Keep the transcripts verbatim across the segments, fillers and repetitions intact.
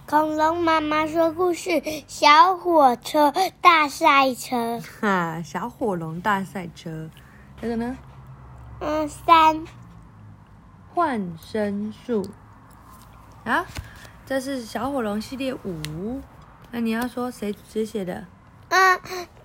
恐龙妈妈说故事：小火车大赛车。 哈，小火龙大赛车。这个呢？ 嗯，三。 换身术。好，这是小火龙系列五。那你要说谁谁写的？ 嗯，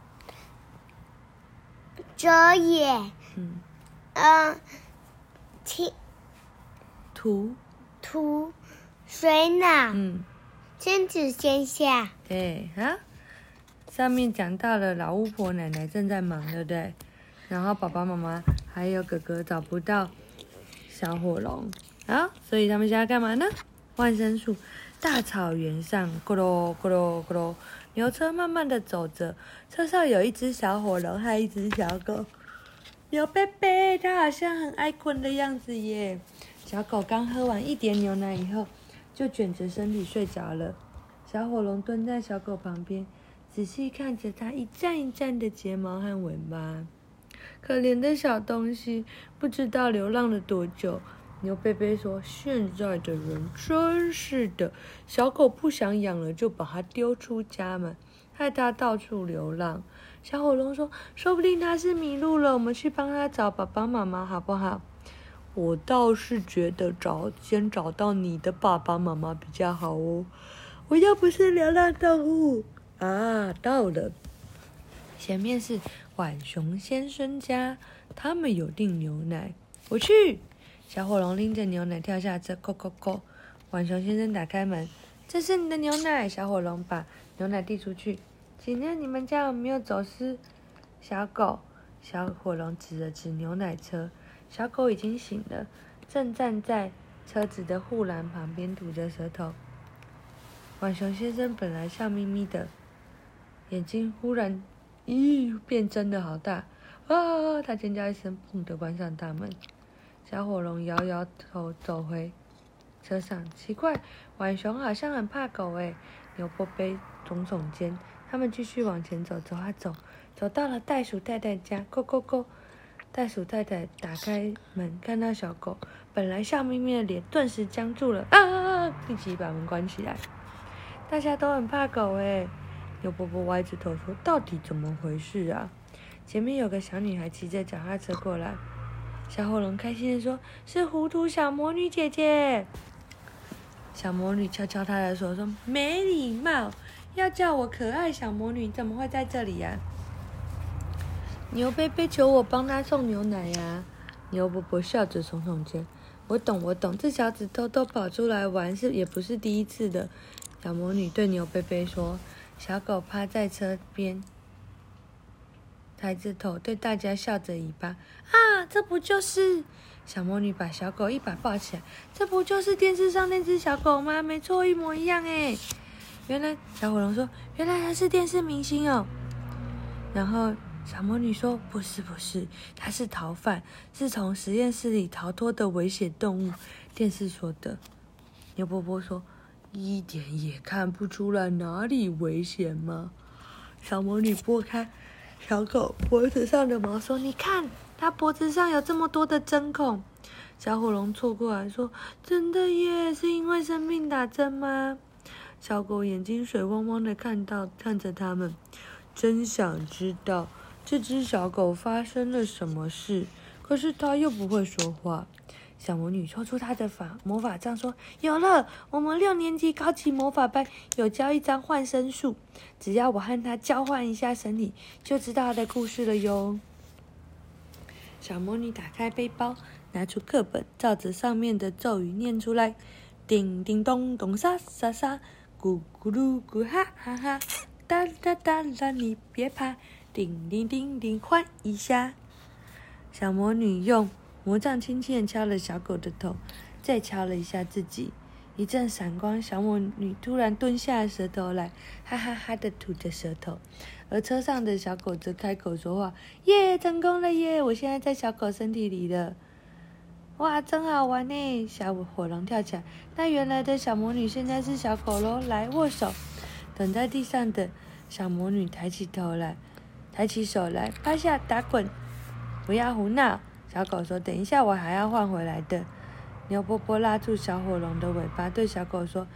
哲也。 嗯。 嗯，听。 图。 图。水脑。 嗯。 亲子天下。 对啊，上面讲到了老巫婆奶奶正在忙，对不对？然后爸爸妈妈还有哥哥找不到小火龙啊，所以他们现在干嘛呢？换身术。大草原上，咕噜咕噜咕噜，牛车慢慢的走着，车上有一只小火龙和一只小狗。牛贝贝，它好像很爱困的样子耶。小狗刚喝完一点牛奶以后，就卷着身体睡着了。小火龙蹲在小狗旁边，仔细看着它一站一站的睫毛和尾巴。可怜的小东西，不知道流浪了多久。牛贝贝说：“现在的人真是的，小狗不想养了，就把它丢出家门，害它到处流浪。”小火龙说：“说不定它是迷路了，我们去帮它找爸爸妈妈好不好？”我倒是觉得找先找到你的爸爸妈妈比较好哦。我又不是流浪动物啊！到了，前面是浣熊先生家，他们有订牛奶。我去。小火龙拎着牛奶跳下车，扣扣扣。浣熊先生打开门，这是你的牛奶。小火龙把牛奶递出去，请问你们家有没有走失小狗？小火龙指了指牛奶车，小狗已经醒了，正站在车子的护栏旁边吐着舌头。浣熊先生本来笑眯眯的，眼睛忽然，咦，变真的好大啊！他尖叫一声，砰的关上大门。小火龙摇摇头，走回车上。奇怪，浣熊好像很怕狗诶。牛波贝耸耸肩。他们继续往前走，走啊走，走到了袋鼠太太家。扣扣扣，袋鼠太太打开门，看到小狗，本来笑眯眯的脸顿时僵住了。啊！立即把门关起来。大家都很怕狗诶。牛波波歪着头说：“到底怎么回事啊？”前面有个小女孩骑着脚踏车过来。小火龙开心地说：“是糊涂小魔女姐姐。”小魔女敲敲她的手说：“没礼貌，要叫我可爱小魔女，怎么会在这里呀、啊？”牛贝贝求我帮她送牛奶呀、啊。牛伯伯笑着耸耸肩：“我懂，我懂，这小子偷偷跑出来玩是也不是第一次的。”小魔女对牛贝贝说：“小狗趴在车边。”抬着头对大家笑着尾巴啊，这不就是小魔女把小狗一把抱起来，这不就是电视上那只小狗吗？没错，一模一样哎。原来小火龙说，原来他是电视明星哦。然后小魔女说，不是不是，他是逃犯，是从实验室里逃脱的危险动物。电视说的。牛伯伯说，一点也看不出来哪里危险吗？小魔女拨开小狗脖子上的毛说：“你看，它脖子上有这么多的针孔。”小火龙凑过来说：“真的耶，是因为生病打针吗？”小狗眼睛水汪汪的看到看着他们，真想知道这只小狗发生了什么事。可是它又不会说话。小魔女抽出她的法魔法杖说：“有了，我们六年级高级魔法班有教一张换身术，只要我和她交换一下身体，就知道她的故事了哟。”小魔女打开背包，拿出课本，照着上面的咒语念出来：“叮叮咚咚沙沙沙，咕咕噜咕哈哈哈，哒哒哒啦你别怕，叮叮叮叮换一下。”小魔女用魔杖轻轻地敲了小狗的头，再敲了一下自己。一阵闪光，小魔女突然蹲下舌头来，哈哈哈的吐着舌头。而车上的小狗则开口说话：“耶，成功了耶！我现在在小狗身体里了。”哇，真好玩呢！小火龙跳起来。那原来的小魔女现在是小狗咯，来握手。等在地上的小魔女抬起头来，抬起手来，趴下打滚。不要胡闹！小狗说：“等一下，我还要换回来的。”牛波波拉住小火龙的尾巴，对小狗说：“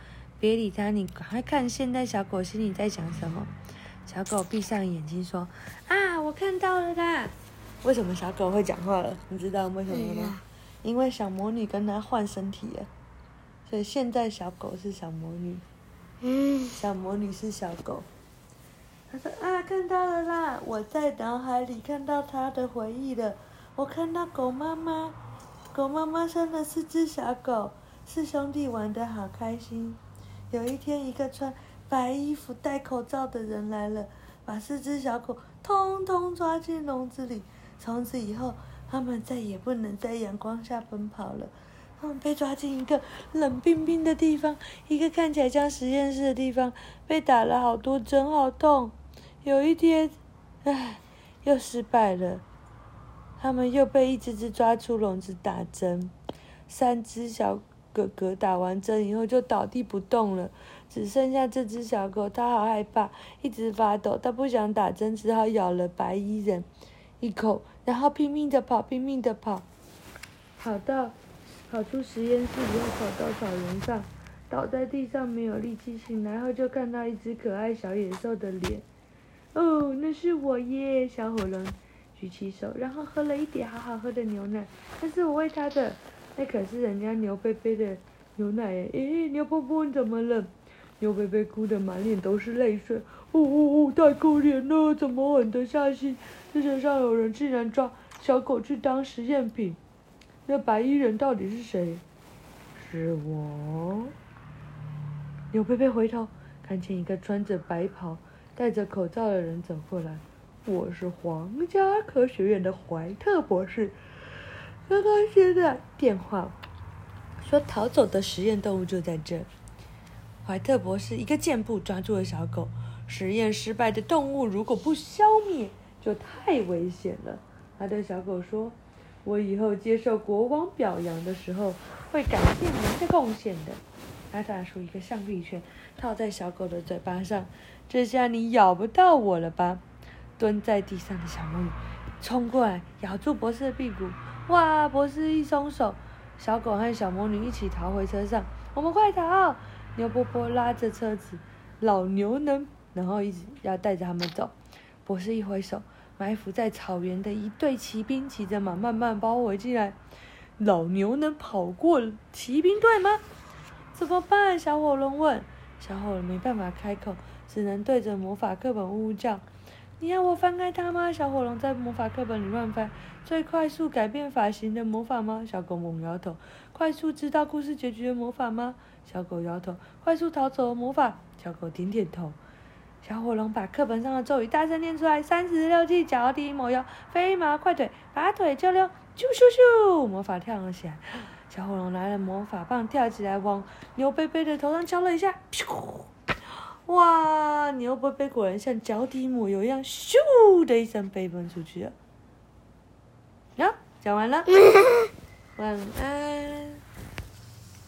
别理他，你赶快看现在小狗心里在想什么。小狗闭上眼睛说：“啊，我看到了啦！”为什么小狗会讲话了？你知道为什么吗？因为小魔女跟它换身体了，所以现在小狗是小魔女， 嗯， 小魔女是小狗。他说：“啊，看到了啦！我在脑海里看到它的回忆了。我看到狗妈妈，狗妈妈生了四只小狗，四兄弟玩得好开心。有一天，一个穿白衣服、戴口罩的人来了，把四只小狗通通抓进笼子里。从此以后，他们再也不能在阳光下奔跑了。他们被抓进一个冷冰冰的地方，一个看起来像实验室的地方，被打了好多针，好痛。有一天，唉，又失败了。他们又被一只只抓出笼子打针。三只小哥哥打完针以后就倒地不动了，只剩下这只小狗，它好害怕，一直发抖。它不想打针，只好咬了白衣人一口，然后拼命地跑，拼命地跑，跑到跑出实验室以后，跑到草原上，倒在地上没有力气。醒来后就看到一只可爱小野兽的脸。哦，那是我耶！小火龙举起手，然后喝了一点好好喝的牛奶，那是我喂它的。那可是人家牛贝贝的牛奶耶！诶，牛波波你怎么了？牛贝贝哭得满脸都是泪水。哦哦哦，太可怜了，怎么狠得下心？世界上有人竟然抓小狗去当实验品。那白衣人到底是谁？是我。牛贝贝回头看见一个穿着白袍、戴着口罩的人走过来。我是皇家科学院的怀特博士。刚刚接到电话，说逃走的实验动物就在这。怀特博士一个箭步抓住了小狗。实验失败的动物如果不消灭，就太危险了。他对小狗说：“我以后接受国王表扬的时候，会感谢您的贡献的。”他打出一个橡皮圈，套在小狗的嘴巴上。这下你咬不到我了吧？蹲在地上的小魔女冲过来，咬住博士的屁股。哇！博士一松手，小狗和小魔女一起逃回车上。我们快逃！牛波波拉着车子，老牛能，然后一直要带着他们走。博士一挥手，埋伏在草原的一队骑兵骑着马慢慢包围进来。老牛能跑过骑兵队吗？怎么办？小火龙问。小火龙没办法开口，只能对着魔法课本呜呜叫。你要我翻开它吗？小火龙在魔法课本里乱翻。最快速改变发型的魔法吗？小狗猛摇头。快速知道故事结局的魔法吗？小狗摇头。快速逃走的魔法？小狗点点头。小火龙把课本上的咒语大声念出来：三十六计，脚底抹油，飞毛快腿，拔腿就溜，咻咻咻！魔法跳了起来。小火龙拿了魔法棒，跳起来往牛贝贝的头上敲了一下，咻！哇！牛贝贝果然像脚底抹油一样，咻的一声飞奔出去了。好，讲完了，晚安。